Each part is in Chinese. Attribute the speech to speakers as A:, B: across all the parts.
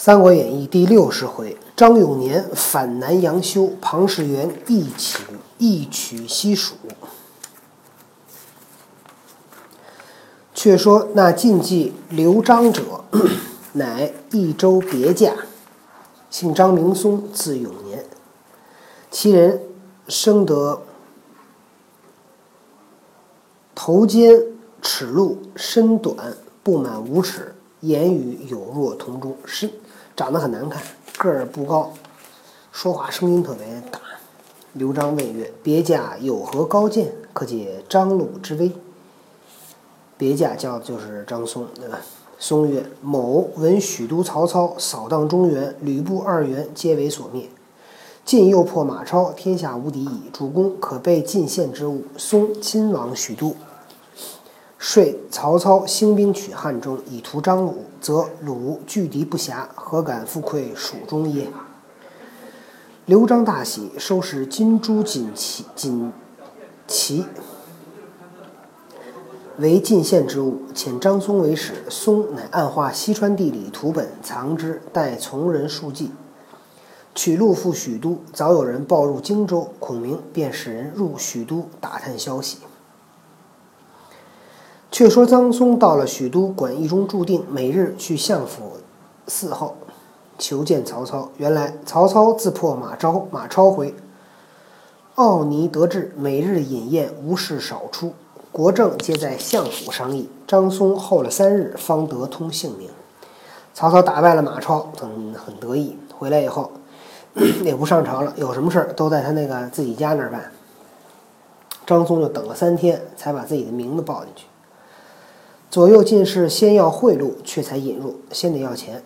A: 《三国演义》第60回，张永年反南阳修，庞士元一取西蜀。却说那晋冀刘璋者，乃益州别驾，姓张名松，字永年。其人生得头尖齿露，身短不满5尺，言语有若铜钟，长得很难看，个儿不高，说话声音特别大。刘璋问曰：“别驾有何高见，可解张鲁之威？”别驾就是张松，对吧？松曰：“某闻许都曹操扫荡中原，吕布2员皆为所灭。晋又破马超，天下无敌矣。主公可备进献之物。”松亲往许都，说曹操兴兵取汉中，以图张鲁，则鲁拒敌不暇，何敢复溃蜀中耶？刘璋大喜，收拾金珠锦旗为进献之物，遣张松为使。松乃暗化西川地理图本，藏之，待从人数计，取路赴许都。早有人报入荆州，孔明便使人入许都打探消息。却说张松到了许都，馆驿中住定，每日去相府伺候，求见曹操。原来曹操自破马超回，奥尼得志，每日饮宴，无事少出。国政皆在相府商议。张松候了3日，方得通姓名。曹操打败了马超，很得意。回来以后也不上朝了，有什么事儿都在他那个自己家那儿办。张松就等了3天，才把自己的名字报进去。左右进士先要贿赂，却才引入，先得要钱。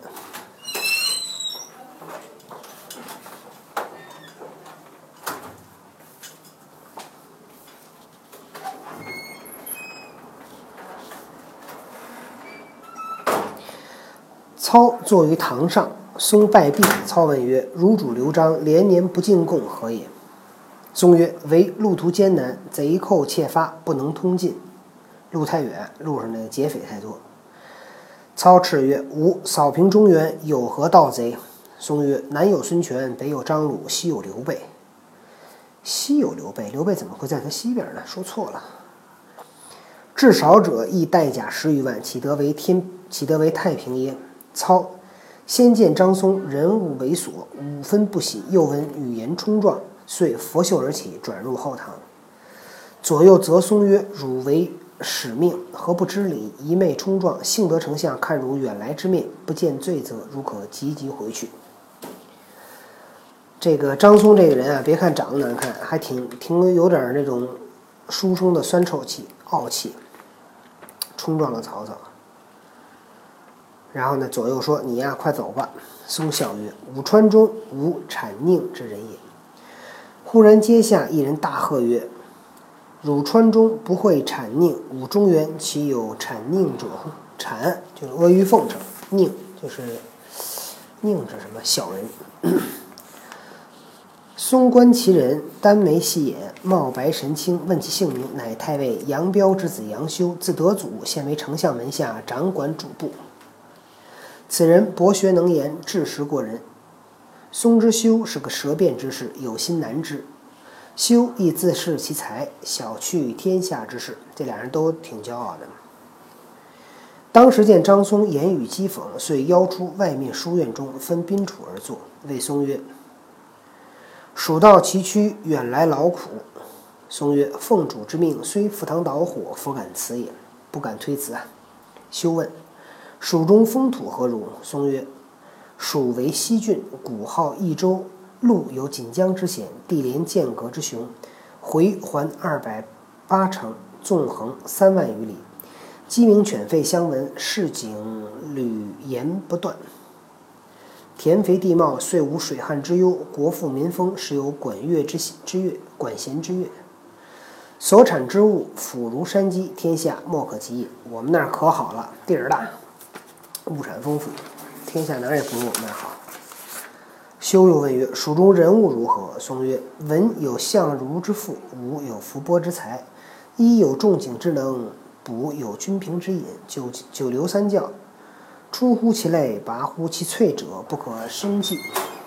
A: 操坐于堂上，松拜毕。操问曰：“汝主刘璋连年不进贡，何也？”松曰：“为路途艰难，贼寇窃发，不能通进。路太远，路上那个劫匪太多。”操斥曰：“吾扫平中原，有何盗贼？”松曰：“南有孙权，北有张鲁，西有刘备。”西有刘备，刘备怎么会在他西边呢？说错了。至少者亦带甲10余万，岂得为太平耶？操先见张松人物猥琐，5分不喜，又闻语言冲撞，遂拂袖而起，转入后堂。左右责松曰：“汝为使命，何不知礼？一昧冲撞，幸得丞相看汝远来之面，不见罪责，汝可急回去。”这个张松这个人啊，别看长得难看，还挺有点那种书生的酸臭气、傲气，冲撞了曹操。然后呢，左右说：“你呀，快走吧。”松笑曰：“武川中无谄佞之人也。”忽然阶下一人大喝曰：“汝川中不会谄佞，吾中原岂有谄佞者乎？”谄就是阿谀奉承，佞就是什么小人。松观其人，单眉细眼，貌白神清，问其姓名，乃太尉杨彪之子杨修，字德祖，现为丞相门下掌管主簿。此人博学能言，智识过人。松之修是个舌辩之士，有心难治。修亦自恃其才，小觑天下之事。这俩人都挺骄傲的。当时见张松言语讥讽，遂邀出外面书院中，分宾处而坐。谓松曰：“蜀道崎岖，远来劳苦。”松曰：“奉主之命，虽赴汤蹈火，弗敢辞也。”不敢推辞啊。修问：“蜀中风土何如？”松曰：“蜀为西郡，古号益州，路有锦江之险，地连剑阁之雄，回环208城，纵横3万余里，鸡鸣犬吠相闻，市井屡言不断。田肥地茂，虽无水旱之忧，国富民丰，时有管弦之乐。所产之物，腐如山积，天下莫可及也。”我们那儿可好了，地儿大，物产丰富，天下哪儿也不如我们那儿好。修又问曰：“蜀中人物如何？”松曰：“文有相如之富，武有伏波之才，一有仲景之能，卜有均平之隐，九流3教， 出乎其类，拔乎其萃者，不可生计。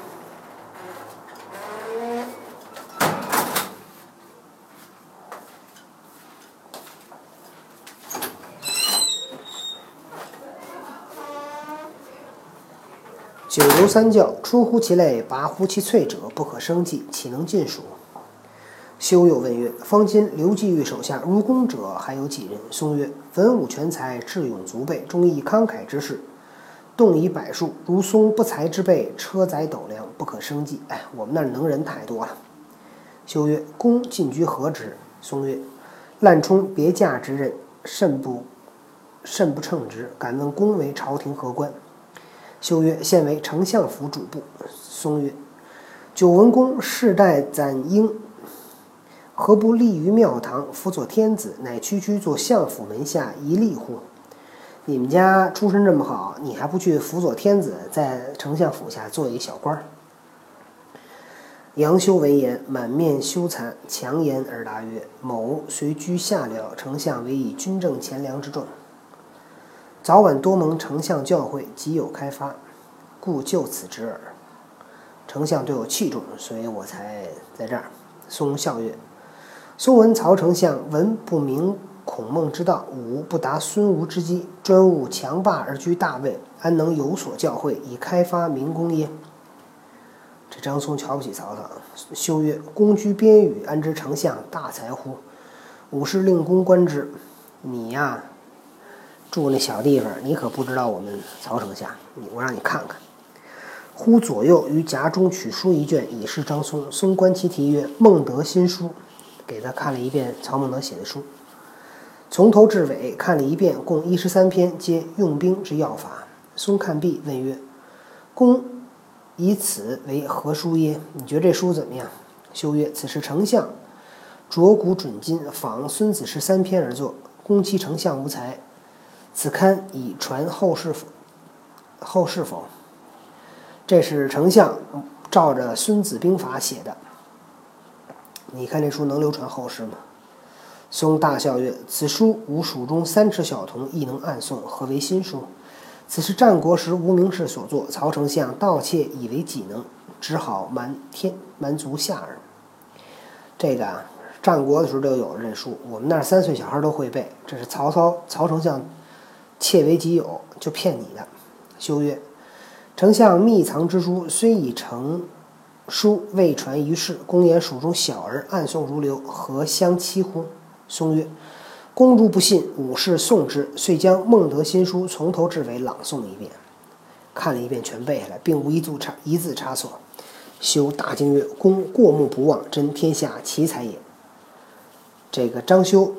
A: 九流三教，出乎其类，拔乎其萃者，不可生计，岂能尽数？修又问曰：“方今刘季玉手下入宫者还有几人？”松曰：“文武全才，智勇足备，忠义慷慨之士，动以百数。如松不才之辈，车载斗量，不可生计。”哎，我们那儿能人太多了。修曰：“公进居何职？”松曰：“滥充别驾之任，甚不称职。敢问公为朝廷何官？”修曰：“现为丞相府主簿。”松曰：“久闻公世代攒英，何不立于庙堂，辅佐天子，乃区区做相府门下一吏乎？你们家出身这么好，你还不去辅佐天子，在丞相府下做一小官儿？”杨修闻言，满面羞惭，强颜而答曰：“某虽居下僚，丞相为以军政钱粮之众，早晚多蒙丞相教诲，极有开发，故就此之耳。丞相对我器重，所以我才在这儿。”松笑曰：“松闻曹丞相文不明孔孟之道，武不达孙吴之机，专务强霸而居大位，安能有所教诲，以开发民工耶？”这张松瞧不起曹操。修曰：“公居边宇，安知丞相大才乎？吾是令公观之。你呀，住那小地方，你可不知道我们曹丞相。我让你看看。”忽左右于夹中取书一卷，以示张松。松观其题曰：“孟德新书。”给他看了一遍曹孟德写的书，从头至尾看了一遍，共13篇，皆用兵之要法。松看毕，问曰：“公以此为何书耶？你觉得这书怎么样？”修曰：“此是丞相着古准今，仿孙子十3篇而作。公其丞相无才，此刊以传后世否？”这是丞相照着《孙子兵法》写的，你看这书能流传后世吗？松大笑曰：“此书吾蜀中3尺小童亦能暗诵，何为新书？此是战国时无名氏所作，曹丞相盗窃以为己能，只好瞒足下耳。”这个啊，战国的时候就有了这书，我们那儿3岁小孩都会背。这是曹丞相窃为己有，就骗你的。修曰：“丞相密藏之书，虽已成书，未传于世。公言蜀中小儿暗诵如流，何相欺乎？”松曰：“公如不信，吾是诵之。”遂将孟德新书从头至尾朗诵一遍，看了一遍全背下来，并无一字差错。修大惊曰：“公过目不忘，真天下奇才也。”这个张松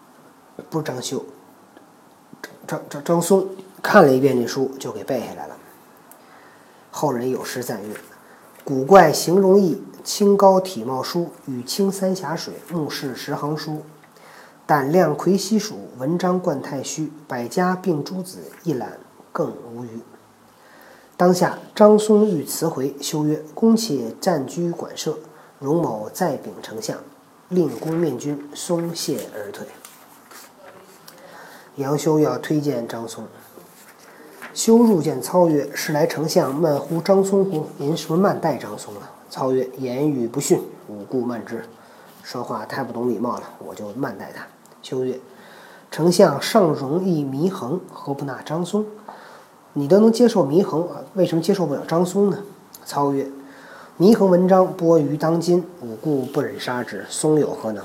A: 看了一遍这书，就给背下来了。后人有诗赞曰：“古怪形容易，清高体貌疏。雨清三峡水，目视十行书。胆量魁西蜀，文章冠太虚。百家并诸子，一览更无余。”当下张松欲辞回，修曰：“公且暂居馆舍，容某再禀丞相，令公面君。”松谢而退。杨修要推荐张松。修入见操曰：“是来丞相慢乎张松乎？您是不是慢待张松了？”操曰：“言语不逊，吾故慢之。说话太不懂礼貌了，我就慢待他。”修曰：“丞相尚容易祢衡，何不纳张松？你都能接受祢衡，为什么接受不了张松呢？”操曰：“祢衡文章播于当今，吾故不忍杀之。松有何能？”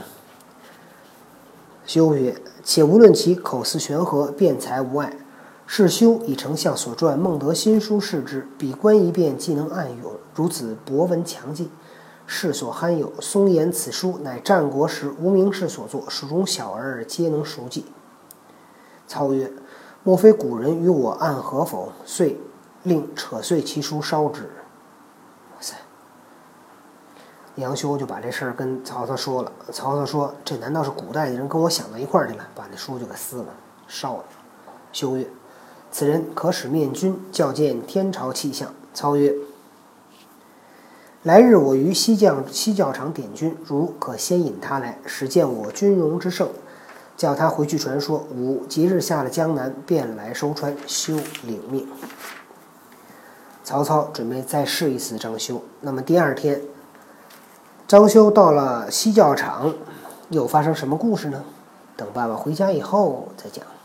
A: 修曰：“且无论其口似悬河，辩才无碍。是修以丞相所传孟德新书视之，笔观一遍，既能暗咏，如此博闻强记，世所罕有。松言此书乃战国时无名氏所作，蜀中小儿皆能熟记。”操曰：“莫非古人与我暗合否？”遂令扯碎其书烧之。哇塞！杨修就把这事儿跟曹操说了。曹操说：“这难道是古代的人跟我想到一块儿去了？”把那书就给撕了，烧了。修曰：“此人可使面君，教见天朝气象。”操曰：“来日我于西教场点军，如可先引他来，使见我军容之盛， 叫他回去传说，吾即日下了江南，便来收川，休领命。曹操准备再试一次张修。那么第二天，张修到了西教场，又发生什么故事呢？等爸爸回家以后再讲。